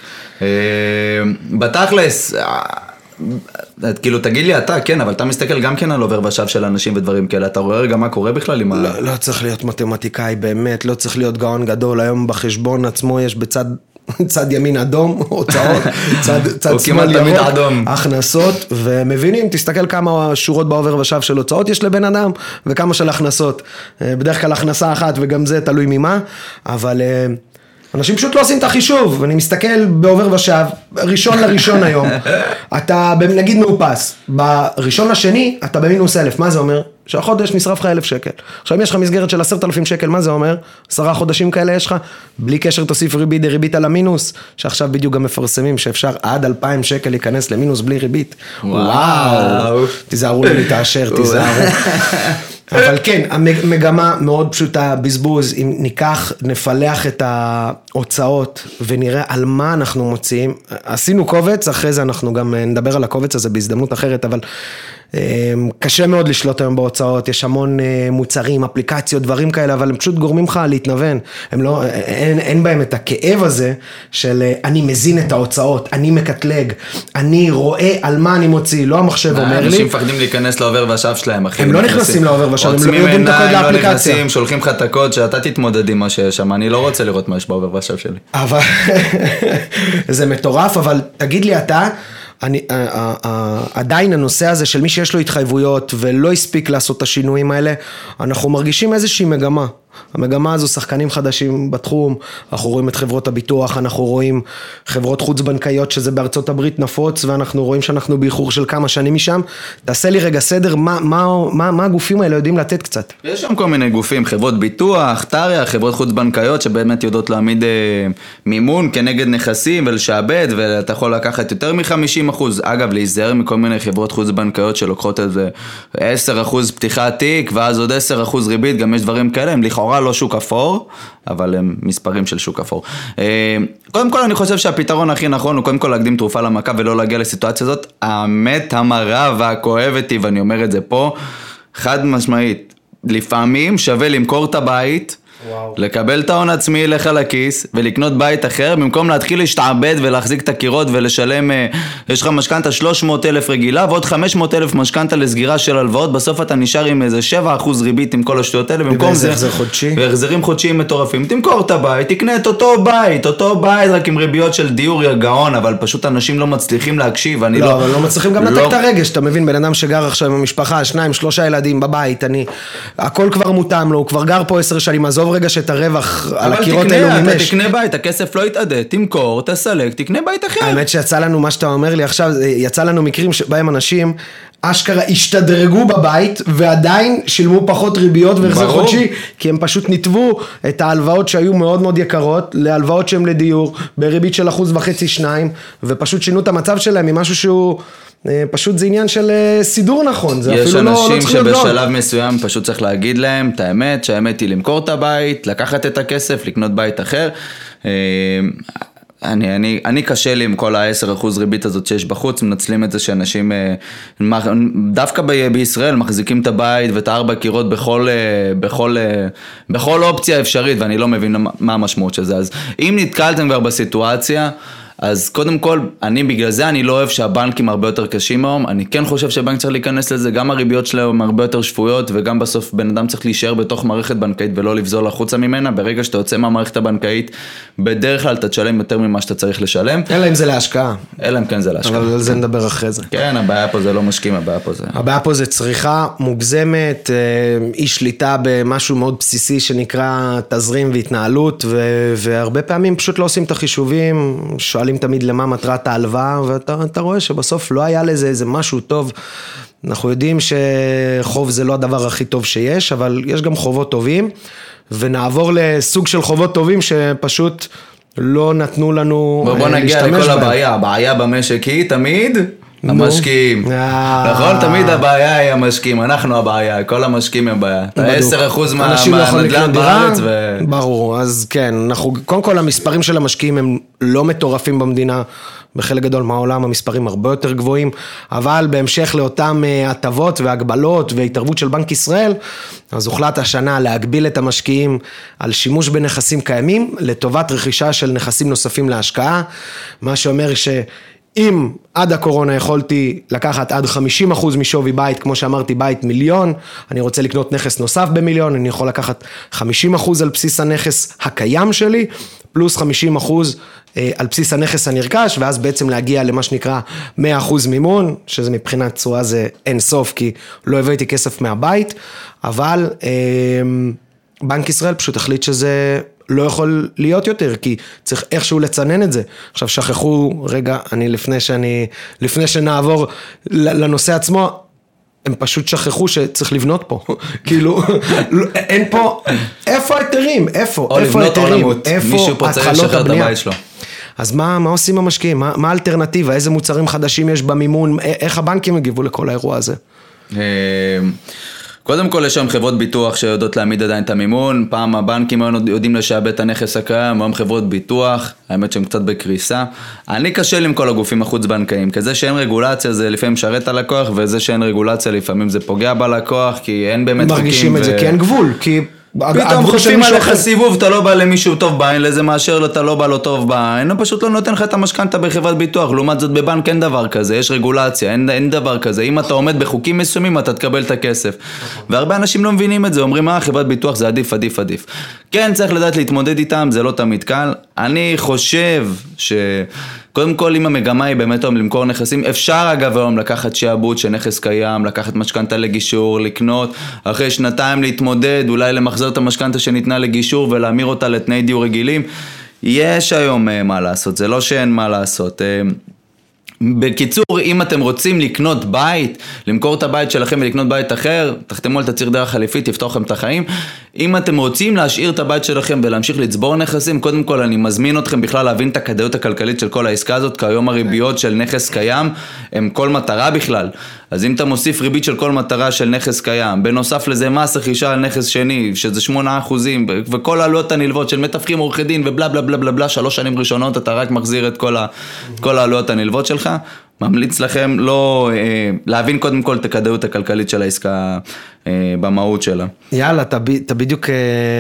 בתכלס, כאילו תגיד לי אתה, כן, אבל אתה מסתכל גם כן על עובר ושב של אנשים ודברים כאלה, אתה רואה רגע מה קורה בכלל עם לא צריך להיות מתמטיקאי באמת, לא צריך להיות גאון גדול, היום בחשבון עצמו יש צד ימין אדום, הוצאות, צד שמאל ירוק, הכנסות, ומבינים, תסתכל כמה שורות בעובר ושב של הוצאות יש לבן אדם, וכמה של הכנסות, בדרך כלל הכנסה אחת, וגם זה תלוי ממה, אבל אנשים פשוט לא עושים את החישוב, ואני מסתכל בעובר ושב, ראשון לראשון היום, אתה נגיד מאופס, בראשון לשני, אתה במינוס 1,000, מה זה אומר? שהחודש נשרף לך 1,000 שקל. עכשיו אם יש לך מסגרת של 10,000 שקל, מה זה אומר? 10 חודשים כאלה יש לך, בלי קשר תוסיף ריבית על המינוס, שעכשיו בדיוק גם מפרסמים שאפשר עד 2,000 שקל להיכנס למינוס בלי ריבית. וואו. תיזהרו לי להתעשר, תיזהרו. אבל כן, המגמה מאוד פשוטה, בזבוז, אם ניקח, נפלח את ההוצאות ונראה על מה אנחנו מוציאים. עשינו קובץ, אחרי זה אנחנו גם נדבר על הקובץ הזה בהזדמנות אחרת, אבל קשה מאוד לשלוט היום בהוצאות, יש המון מוצרים, אפליקציות, דברים כאלה, אבל הם פשוט גורמים לך להתנוון, אין בהם את הכאב הזה של אני מזין את ההוצאות, אני מקטלג, אני רואה על מה אני מוציא, לא המחשב אומר לי. אנשים מפחדים להיכנס לעובר ושב שלהם, אחי. הם לא נכנסים לעובר ושב, הם לא יודעים את הקוד לאפליקציה. שולחים לך את הקוד שאתה תתמודד עם מה שיש שם, אני לא רוצה לראות מה יש בעובר ושב שלי. אבל זה מטורף, אבל תגיד לי אתה, עדיין הנושא הזה של מי שיש לו התחייבויות ולא הספיק לעשות את השינויים האלה, אנחנו מרגישים איזושהי מגמה. המגמה הזו, שחקנים חדשים בתחום, אנחנו רואים את חברות הביטוח, אנחנו רואים חברות חוץ בנקאיות שזה בארצות הברית נפוץ, ואנחנו רואים שאנחנו באיחור של כמה שנים משם. תעשה לי רגע סדר, מה הגופים האלה יודעים לתת קצת? יש שם כל מיני גופים, חברות ביטוח, טריה, חברות חוץ בנקאיות שבאמת יודעות להעמיד מימון כנגד נכסים ולשעבד, ואתה יכול לקחת יותר מ-50%. אגב, להיזהר מכל מיני חברות חוץ בנקאיות שלוקחות איזה 10% פתיחת תיק, ואז עוד 10% ריבית, גם יש דברים כאלה, הם לכאורה לא שוק אפור, אבל הם מספרים של שוק אפור. קודם כל אני חושב שהפתרון הכי נכון הוא קודם כל להקדים תרופה למכה ולא להגיע לסיטואציה הזאת. האמת המרה והכואבת היא, ואני אומר את זה פה, חד משמעית, לפעמים שווה למכור את הבית, לקבל את ההון עצמי לך לכיס ולקנות בית אחר במקום להתחיל להשתעבד ולהחזיק את הקירות ולשלם, יש לך משכנתה 300,000 רגילה ועוד 500,000 משכנתה לסגירה של הלוואות, בסוף אתה נשאר עם איזה 7% ריבית עם כל השטויות האלה, במקום זה והחזרים חודשיים מטורפים. תמכור את הבית, תקנה את אותו בית רק עם ריביות של דיור יגעון, אבל פשוט אנשים לא מצליחים להקשיב. לא, אבל לא מצליחים גם לתק את הרגש, אתה מבין, בן אדם שגר עכשיו עם המשפחה, 2-3 ילדים בבית, הכל כבר מותאם לו, הוא כבר גר פה 10 שנים, עזוב רגע שאת הרווח על הקירות האלו מימש. אבל תקנה בית, הכסף לא יתעדה, תמכור, תסלק, תקנה בית אחר. האמת שיצא לנו מה שאתה אומר לי עכשיו, יצא לנו מקרים שבהם אנשים אשכרה השתדרגו בבית ועדיין שילמו פחות ריביות והחזר חודשי, כי הם פשוט ניתבו את ההלוואות שהיו מאוד מאוד יקרות להלוואות שהם לדיור בריבית של 1.5-2%, ופשוט שינו את המצב שלהם ממשהו שהוא פשוט זה עניין של סידור נכון. זה יש אפילו אנשים לא שבשלב מסוים פשוט צריך להגיד להם את האמת, שהאמת היא למכור את הבית, לקחת את הכסף, לקנות בית אחר. אני קשה לי עם כל ה-10% ריבית הזאת שיש בחוץ, מנצלים את זה שאנשים דווקא בישראל מחזיקים את הבית ואת 4 קירות בכל אופציה אפשרית, ואני לא מבין מה המשמעות של זה. אז אם נתקלתם כבר בסיטואציה, אז קודם כל, בגלל זה אני לא אוהב שהבנקים הרבה יותר קשים היום, אני כן חושב שהבנק צריך להיכנס לזה, גם הריביות שלהם הרבה יותר שפויות, וגם בסוף בן אדם צריך להישאר בתוך מערכת בנקאית ולא לבזול החוצה ממנה, ברגע שאתה יוצא מהמערכת הבנקאית, בדרך כלל אתה תשלם יותר ממה שאתה צריך לשלם. אלא אם זה להשקעה. אלא אם כן זה להשקעה. אבל על זה נדבר אחרי זה. כן, הבעיה פה זה לא משקיעים, הבעיה פה זה צריכה מוגזמת, אי שליטה במשהו מאוד בסיסי שנקרא תזרים והתנהלות, והרבה פעמים פשוט לא עושים את החישובים, שואלים תמיד למה מטרת ההלוואה, ואתה רואה שבסוף לא היה לזה איזה משהו טוב. אנחנו יודעים שחוב זה לא הדבר הכי טוב שיש, אבל יש גם חובות טובים, ונעבור לסוג של חובות טובים שפשוט לא נתנו לנו להשתמש בהם. בוא נגיע לכל הבעיה. הבעיה במשק היא תמיד המשקיעים. נכון, תמיד הבעיה היא המשקיעים, אנחנו הבעיה, כל המשקיעים הם בעיה. 10% מהנדל"ן בארץ ברור, אז כן, קודם כל המספרים של המשקיעים הם לא מטורפים במדינה, בחלק גדול מהעולם המספרים הרבה יותר גבוהים, אבל בהמשך לאותם הטבות והגבלות והתערבות של בנק ישראל, אז הוחלט השנה להגביל את המשקיעים על שימוש בנכסים קיימים, לטובת רכישה של נכסים נוספים להשקעה, מה שאומר אם עד הקורונה יכולתי לקחת עד 50% משווי בית, כמו שאמרתי בית 1,000,000, אני רוצה לקנות נכס נוסף ב1,000,000, אני יכול לקחת 50% על בסיס הנכס הקיים שלי, פלוס 50% על בסיס הנכס הנרכש, ואז בעצם להגיע למה שנקרא 100% מימון, שזה מבחינת צורה זה אין סוף, כי לא הבאתי כסף מהבית, אבל בנק ישראל פשוט החליט שזה לא יכול להיות יותר, כי צריך איכשהו לצנן את זה. עכשיו שכחו, רגע, לפני שנעבור לנושא עצמו, הם פשוט שכחו שצריך לבנות פה. כאילו, אין פה, איפה היתרים? איפה היתרים? מישהו פה צריך לשחרר את הבית שלו. אז מה עושים המשקיעים? מה האלטרנטיבה? איזה מוצרים חדשים יש במימון? איך הבנקים הגיבו לכל האירוע הזה? קודם כל יש שם חברות ביטוח שיודעות להעמיד עדיין את המימון, פעם הבנקים יודעים לשעבד את הנכס הקיים, היום חברות ביטוח, האמת שהם קצת בקריסה. אני קשה לי עם כל הגופים החוץ בנקאיים, כזה שאין רגולציה זה לפעמים משרת הלקוח, וזה שאין רגולציה לפעמים זה פוגע בלקוח, כי אין באמת חוקים. מרגישים את זה כי אין גבול, כי פתאום חושבים עליך סיבוב, אתה לא בא למישהו טוב בעין, לזה מאשר אתה לא בא לו טוב בעין, הוא פשוט לא נותן לך את המשכנתא בחברת ביטוח, לעומת זאת בבנק אין דבר כזה, יש רגולציה, אין דבר כזה, אם אתה עומד בחוקים מסוימים אתה תקבל את הכסף, והרבה אנשים לא מבינים את זה, אומרים חברת ביטוח זה עדיף. כן, צריך לדעת להתמודד איתם, זה לא תמיד קל, אני חושב קודם כל, אם המגמה היא באמת היום למכור נכסים, אפשר אגב היום לקחת שעבוד של נכס קיים, לקחת משכנתא לגישור, לקנות, אחרי 2 להתמודד, אולי למחזר את המשכנתא שניתנה לגישור ולהמיר אותה לתנאי דיור רגילים. יש היום מה לעשות, זה לא שאין מה לעשות. בקיצור, אם אתם רוצים לקנות בית, למכור את הבית שלכם ולקנות בית אחר, תחתמו על תצהיר דרך חליפית, תפתור לכם את החיים. אם אתם רוצים להשאיר את הבית שלכם ולהמשיך לצבור נכסים, קודם כל אני מזמין אתכם בכלל להבין את הכדאיות הכלכלית של כל העסקה הזאת, כי היום הריביות של נכס קיים הם כל מטרה בכלל. אז אם אתה מוסיף ריבית של כל מטרה של נכס קיים, בנוסף לזה מס רכישה על נכס שני, שזה 8%, וכל העלויות הנלוות של מתווכים עורכי דין ובלה בלה בלה בלה בלה, 3 שנים ראשונות אתה רק מחזיר את כל העלויות הנלוות שלך, ממליץ לכם לא להבין קודם כל את הכדאיות הכלכלית של העסקה במהות שלה. יאללה, אתה בדיוק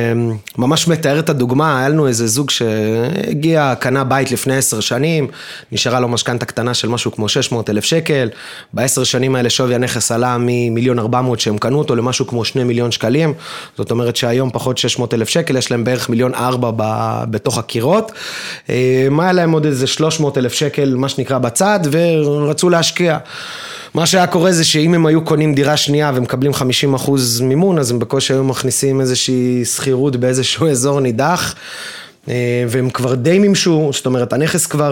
ממש מתאר את הדוגמה, היה לנו איזה זוג שהגיע, קנה בית לפני 10 שנים, נשארה לו משכנתא קטנה של משהו כמו 600,000 שקל, ב10 שנים האלה שווי הנכס עלה מ1,400,000 שהם קנו אותו למשהו כמו 2 מיליון שקלים, זאת אומרת שהיום פחות 600,000 שקל, יש להם בערך 1,400,000 בתוך הקירות, מה היה להם עוד איזה 300,000 שקל, מה שנקרא בצד, ורצו להשקיע. מה שהיה קורה זה שאם הם היו קונים דירה שנייה ומקבלים 50% מימון, אז הם בקושי היו מכניסים איזושהי שכירות באיזשהו אזור נידח, והם כבר די מימשו, זאת אומרת, הנכס כבר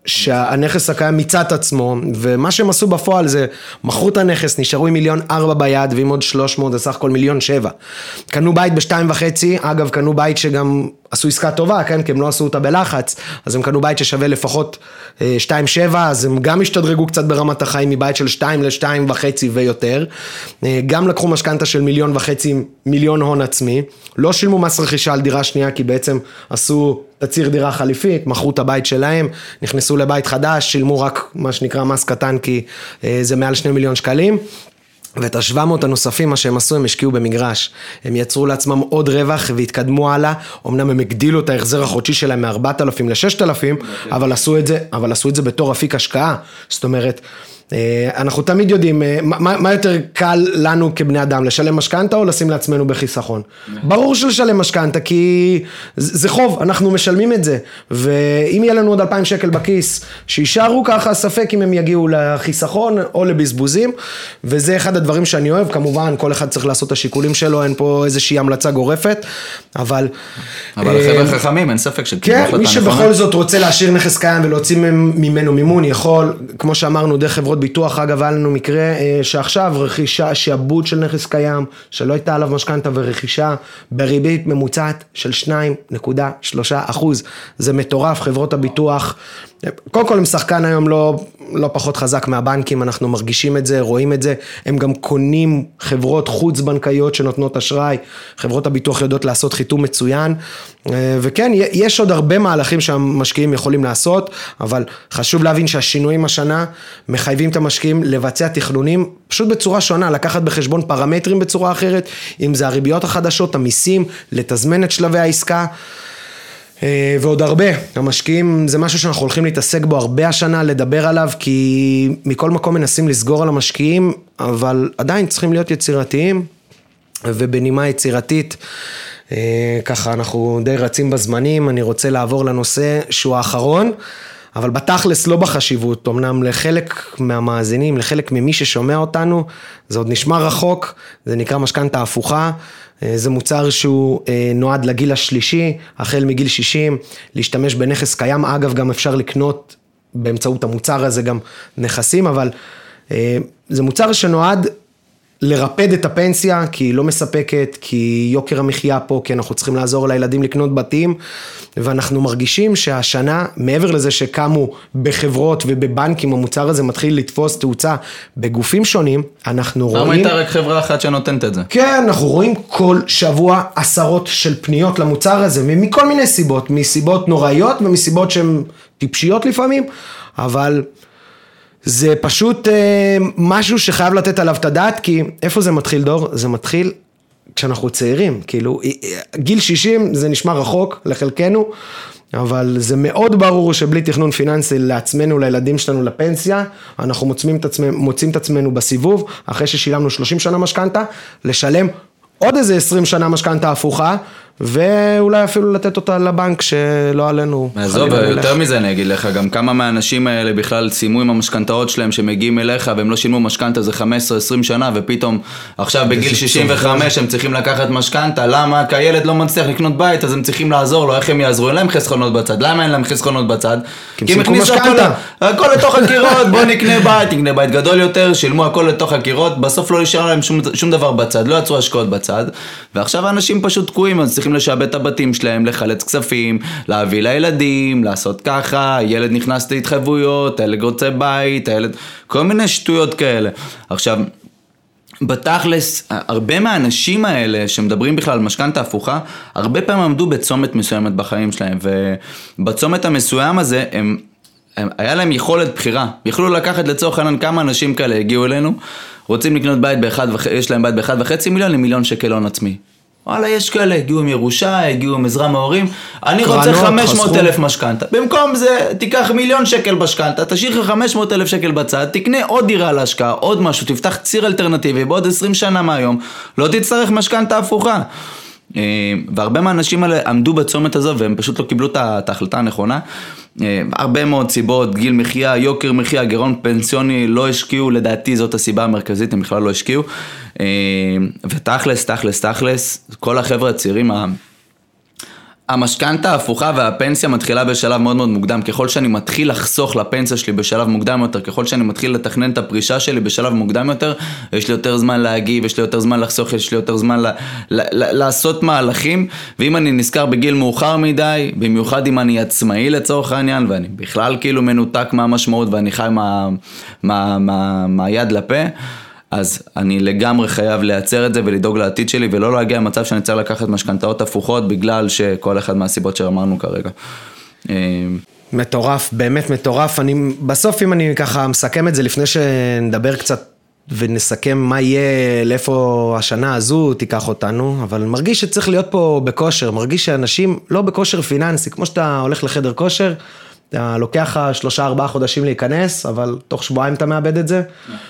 שהנכס הקיים מיצה את עצמו, ומה שהם עשו בפועל זה, מכרו את הנכס, נשארו עם 1.4 מיליון ביד, ועם עוד 300, זה סך הכל 1.7 מיליון. קנו בית ב2.5, אגב, קנו בית שגם עשו עסקה טובה, כן? כי הם לא עשו אותה בלחץ, אז הם קנו בית ששווה לפחות 2.7, אז הם גם השתדרגו קצת ברמת החיים, מבית של 2 ל2.5 ויותר, גם לקחו משכנתה של 1.5 מיליון הון עצמי, לא שילמו מס רכישה על דירה שנייה, כי בעצם עשו תציר דירה חליפית, מכרו את הבית שלהם, נכנסו לבית חדש, שילמו רק מה שנקרא מס קטן, כי זה מעל 2 מיליון שקלים, ואת ה-700 הנוספים, מה שהם עשו, הם השקיעו במגרש. הם יצרו לעצמם עוד רווח והתקדמו הלאה, אמנם הם הגדילו את ההחזר החודשי שלהם מ-4,000 ל-6,000, אבל עשו את זה בתור אפיק השקעה. זאת אומרת, אנחנו תמיד יודעים, מה יותר קל לנו כבני אדם, לשלם משכנתה או לשים לעצמנו בחיסכון? ברור שלשלם משכנתה, כי זה חוב, אנחנו משלמים את זה, ואם יהיה לנו עוד 2,000 שקל בכיס, שישארו ככה, ספק אם הם יגיעו לחיסכון או לבזבוזים, וזה אחד הדברים שאני אוהב, כמובן, כל אחד צריך לעשות את השיקולים שלו, אין פה איזושהי המלצה גורפת, אבל החבר'ה חכמים, אין ספק כן, מי שבכל זאת רוצה להשאיר נכס קיים ולהוציא ממנו מימון, יכול, כמו שאמרנו, דרך חברות ביטוח, אגב, היה לנו מקרה שעכשיו רכישה, שעבוד של נכס קיים, שלא הייתה עליו משכנתה ורכישה, בריבית ממוצעת של 2.3%. זה מטורף, חברות הביטוח, קודם כל הם שחקן היום לא פחות חזק מהבנקים, אנחנו מרגישים את זה, רואים את זה, הם גם קונים חברות חוץ בנקאיות שנותנות אשראי, חברות הביטוח יודעות לעשות חיתום מצוין, וכן, יש עוד הרבה מהלכים שהמשקיעים יכולים לעשות, אבל חשוב להבין שהשינויים השנה מחייבים את המשקיעים לבצע תכנונים, פשוט בצורה שונה, לקחת בחשבון פרמטרים בצורה אחרת, אם זה הריביות החדשות, המיסים, לתזמן את שלבי העסקה, ועוד הרבה, המשקיעים זה משהו שאנחנו הולכים להתעסק בו הרבה השנה, לדבר עליו, כי מכל מקום מנסים לסגור על המשקיעים, אבל עדיין צריכים להיות יצירתיים, ובנימה יצירתית, ככה אנחנו די רצים בזמנים, אני רוצה לעבור לנושא שהוא האחרון, אבל בתכלס לא בחשיבות, אמנם לחלק מהמאזינים, לחלק ממי ששומע אותנו, זה עוד נשמע רחוק, זה נקרא משכנתה הפוכה, זה מוצר שהוא נועד לגיל השלישי, החל מגיל 60, להשתמש בנכס קיים, אגב גם אפשר לקנות באמצעות המוצר הזה גם נכסים, אבל זה מוצר שנועד לרפד את הפנסיה, כי היא לא מספקת, כי יוקר המחיה פה, כי אנחנו צריכים לעזור לילדים לקנות בתים, ואנחנו מרגישים שהשנה, מעבר לזה שקמו בחברות ובבנקים, המוצר הזה מתחיל לתפוס תאוצה בגופים שונים, אנחנו רואים... למה הייתה רק חברה אחת שנותנת את זה? כן, אנחנו רואים כל שבוע עשרות של פניות למוצר הזה, מכל מיני סיבות, מסיבות נוראיות ומסיבות שהן טיפשיות לפעמים, אבל... זה פשוט משהו שחייב לתת עליו את הדעת, כי איפה זה מתחיל דור? זה מתחיל כשאנחנו צעירים, כאילו, גיל 60 זה נשמע רחוק לחלקנו, אבל זה מאוד ברור שבלי תכנון פיננסי לעצמנו, לילדים שלנו, לפנסיה, אנחנו מוצאים את עצמנו בסיבוב, אחרי ששילמנו 30 שנה משכנתה, לשלם עוד איזה 20 שנה משכנתה הפוכה, ואולי אפילו לתת אותה לבנק שלא עלינו. עזוב, יותר מזה אני אגיד לך, גם כמה מהאנשים האלה בכלל סיימו עם המשכנתאות שלהם שמגיעים אליך והם לא שילמו משכנתה זה 15-20 שנה ופתאום עכשיו בגיל 65 הם צריכים לקחת משכנתה, למה? כי הילד לא מצליח לקנות בית אז הם צריכים לעזור לו, איך הם יעזרו? אין להם חסכונות בצד, למה אין להם חסכונות בצד? כי הם הכניסו הכל לתוך הקירות, בוא נקנה בית גדול יותר, שילמו הכל לתוך הקירות, בסוף לא נשאר להם שום דבר בצד, לא יצרו השקעות בצד, ועכשיו האנשים פשוט תקועים, אז צריכים לשעבד את הבתים שלהם, לחלץ כספים, להביא לילדים, לעשות ככה, ילד נכנס להתחייבויות, הילד רוצה בית, כל מיני שטויות כאלה. עכשיו, בתכלס, הרבה מהאנשים האלה שמדברים בכלל על משכנתה הפוכה, הרבה פעמים עמדו בצומת מסוימת בחיים שלהם, ובצומת המסוים הזה היה להם יכולת בחירה, יכלו לקחת לצורך העניין כמה אנשים כאלה הגיעו אלינו, רוצים לקנות בית יש להם בית ב1.5 מיליון ל1,000,000 שקל הון עצמי. וואלה, יש כאלה, הגיעו עם ירושה, הגיעו עם עזרה מההורים, אני רוצה 500,000 משכנתה. במקום זה, תיקח 1,000,000 שקל משכנתה, תשאיר 500,000 שקל בצד, תקנה עוד דירה להשקעה, עוד משהו, תפתח ציר אלטרנטיבי, בעוד 20 שנה מהיום, לא תצטרך משכנתה הפוכה. והרבה מהאנשים האלה עמדו בצומת הזו, והם פשוט לא קיבלו את ההחלטה הנכונה. הרבה מאוד סיבות, גיל מחיה, יוקר מחיה, גירעון פנסיוני, לא השקיעו, לדעתי זאת הסיבה המרכזית, הם בכלל לא השקיעו. ותכלס, כל החבר'ה הצעירים, המשכנתה ההפוכה והפנסיה מתחילה בשלב מאוד מאוד מוקדם. ככל שאני מתחיל לחסוך לפנסיה שלי בשלב מוקדם יותר, ככל שאני מתחיל לתכנן את הפרישה שלי בשלב מוקדם יותר, יש לי יותר זמן להגיב, יש לי יותר זמן לחסוך, יש לי יותר זמן לעשות מהלכים. ואם אני נזכר בגיל מאוחר מדי, במיוחד אם אני עצמאי לצורך העניין, ואני בכלל כאילו מנותק מהמשמעות ואני חי מהיד לפה, אז אני לגמרי חייב לייצר את זה ולדאוג לעתיד שלי, ולא להגיע למצב שאני צריך לקחת משכנתאות הפוכות, בגלל שכל אחד מהסיבות שאמרנו כרגע. מטורף, באמת מטורף. בסוף אם אני ככה מסכם את זה, לפני שנדבר קצת ונסכם מה יהיה, לאיפה השנה הזו תיקח אותנו, אבל מרגיש שצריך להיות פה בכושר, מרגיש שאנשים לא בכושר פיננסי, כמו שאתה הולך לחדר כושר, אתה לוקח 3-4 חודשים להיכנס, אבל תוך שבועיים אתה מאבד את זה,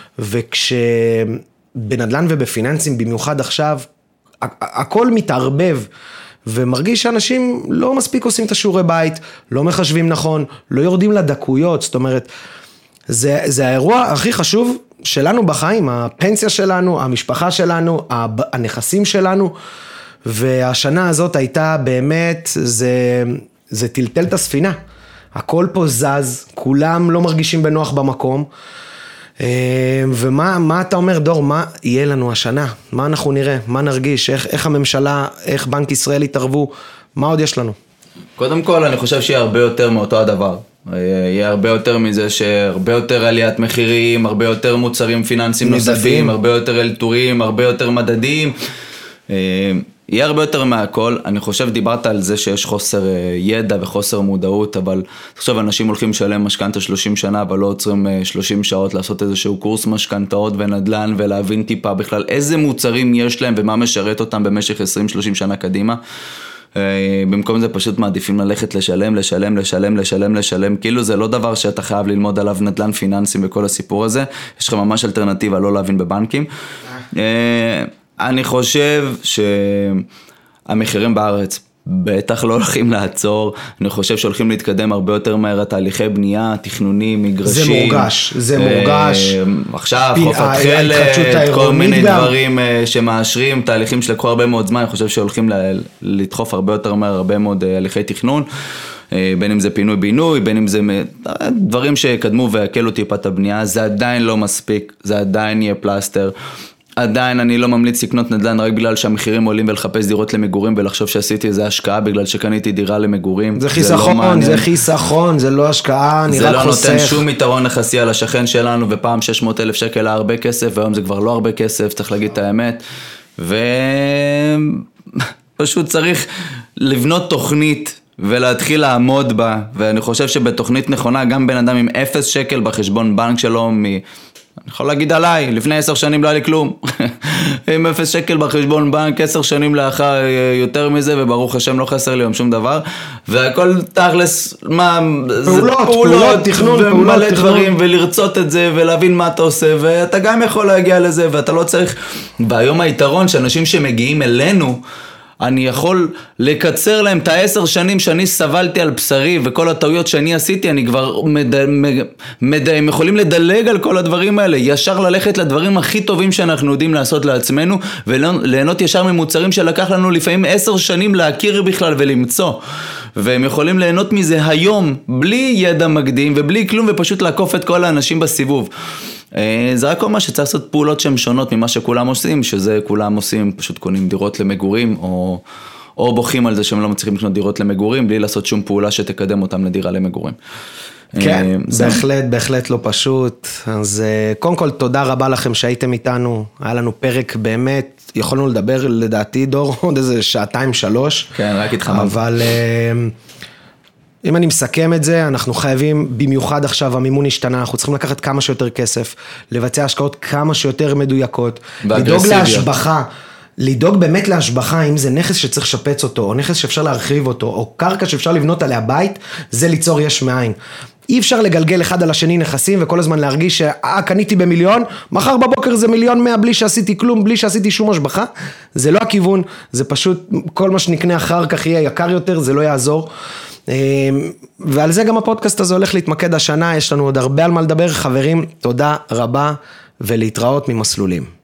וכשבנדל"ן ובפיננסים, במיוחד עכשיו, הכל מתערבב, ומרגיש שאנשים לא מספיק עושים את השיעורי בית, לא מחשבים נכון, לא יורדים לדקויות, זאת אומרת, זה האירוע הכי חשוב שלנו בחיים, הפנסיה שלנו, המשפחה שלנו, הנכסים שלנו, והשנה הזאת הייתה באמת, זה טלטל את הספינה. הכל פה זז, כולם לא מרגישים בנוח במקום, ומה אתה אומר דור, מה יהיה לנו השנה? מה אנחנו נראה? מה נרגיש? איך הממשלה, איך בנק ישראל יתערבו? מה עוד יש לנו? קודם כל אני חושב שיהיה הרבה יותר מאותו הדבר. יהיה הרבה יותר מזה שהרבה יותר עליית מחירים, הרבה יותר מוצרים פיננסיים נוספים, הרבה יותר אלתורים, הרבה יותר מדדים. יהיה הרבה יותר מהכל. אני חושב, דיברת על זה שיש חוסר ידע וחוסר מודעות, אבל עכשיו אנשים הולכים לשלם משכנתה 30 שנה, אבל לא עוצרים 30 שעות לעשות איזשהו קורס משכנתאות ונדל"ן, ולהבין טיפה בכלל איזה מוצרים יש להם ומה משרת אותם במשך 20-30 שנה קדימה. במקום זה פשוט מעדיפים ללכת לשלם, כאילו זה לא דבר שאתה חייב ללמוד עליו נדל"ן פיננסים וכל הסיפור הזה, יש לך ממש אלטרנטיבה לא להבין בבנקים. אני חושב שהמחירים בארץ בטח לא הולכים לעצור, אני חושב שהולכים להתקדם הרבה יותר מהר, תהליכי בנייה, תכנונים, מגרשים. זה מורגש. עכשיו, חופת חלת, כל מיני דברים שמאשרים, תהליכים שלקחו הרבה מאוד זמן, אני חושב שהולכים לדחוף הרבה יותר מהר, הרבה מאוד הליכי תכנון, בין אם זה פינוי בינוי, בין אם זה דברים שקדמו והקלו טיפה את הבנייה, זה עדיין לא מספיק, זה עדיין יהיה פלסטר. עדיין אני לא ממליץ לקנות נדל"ן רק בגלל שהמחירים עולים ולחפש דירות למגורים ולחשוב שעשיתי איזה השקעה בגלל שקניתי דירה למגורים. זה חיסכון, זה חיסכון, זה לא השקעה, אני רק חוסך. זה לא נותן שום יתרון יחסי על השכן שלנו, ופעם 600,000 שקל היה הרבה כסף, והיום זה כבר לא הרבה כסף, צריך להגיד את האמת. ופשוט צריך לבנות תוכנית ולהתחיל לעמוד בה, ואני חושב שבתוכנית נכונה גם בן אדם עם 0 שקל בחשבון בנק שלו אני יכול להגיד עליי, לפני 10 שנים לא היה לי כלום. עם 0 שקל בחשבון בנק, 10 שנים לאחר יותר מזה, וברוך השם לא חסר לי שום דבר. והכל תכלס, פעולות, תכנון, ומלא דברים, ולרצות את זה, ולהבין מה אתה עושה, ואתה גם יכול להגיע לזה, ואתה לא צריך. והיום היתרון שאנשים שמגיעים אלינו, אני יכול לקצר להם את 10 שנים שאני סבלתי על בשרי וכל הטעויות שאני עשיתי, אני כבר הם יכולים לדלג על כל הדברים האלה, ישר ללכת לדברים הכי טובים שאנחנו יודעים לעשות לעצמנו, וליהנות ישר ממוצרים שלקח לנו לפעמים 10 שנים להכיר בכלל ולמצוא, והם יכולים ליהנות מזה היום, בלי ידע מקדים ובלי כלום, ופשוט לעקוף את כל האנשים בסיבוב. זה רק אומר שצריך לעשות פעולות שהן שונות ממה שכולם עושים, שזה כולם עושים, פשוט קונים דירות למגורים, או בוכים על זה שהם לא מצליחים לקנות דירות למגורים, בלי לעשות שום פעולה שתקדם אותם לדירה למגורים. כן, בהחלט לא פשוט. אז קודם כל תודה רבה לכם שהייתם איתנו, היה לנו פרק באמת, יכולנו לדבר לדעתי דור עוד איזה 2-3. כן, רק התחמם. אבל אם אני מסכם את זה, אנחנו חייבים, במיוחד עכשיו המימון השתנה, אנחנו צריכים לקחת כמה שיותר כסף, לבצע השקעות כמה שיותר מדויקות, לדאוג להשבחה, לדאוג באמת להשבחה, אם זה נכס שצריך לשפץ אותו, או נכס שאפשר להרחיב אותו, או קרקע שאפשר לבנות עליה בית, זה ליצור יש מאין. אי אפשר לגלגל אחד על השני נכסים, וכל הזמן להרגיש קניתי ב1,000,000, מחר בבוקר זה 1,100,000 בלי שעשיתי כלום, בלי שעשיתי שום השבחה, זה לא הכיוון, זה פשוט, כל מה שנקנה אחר כך יהיה יקר יותר, זה לא יעזור. ועל זה גם הפודקאסט הזה הולך להתמקד השנה, יש לנו עוד הרבה על מה לדבר, חברים, תודה רבה ולהתראות ממסלולים.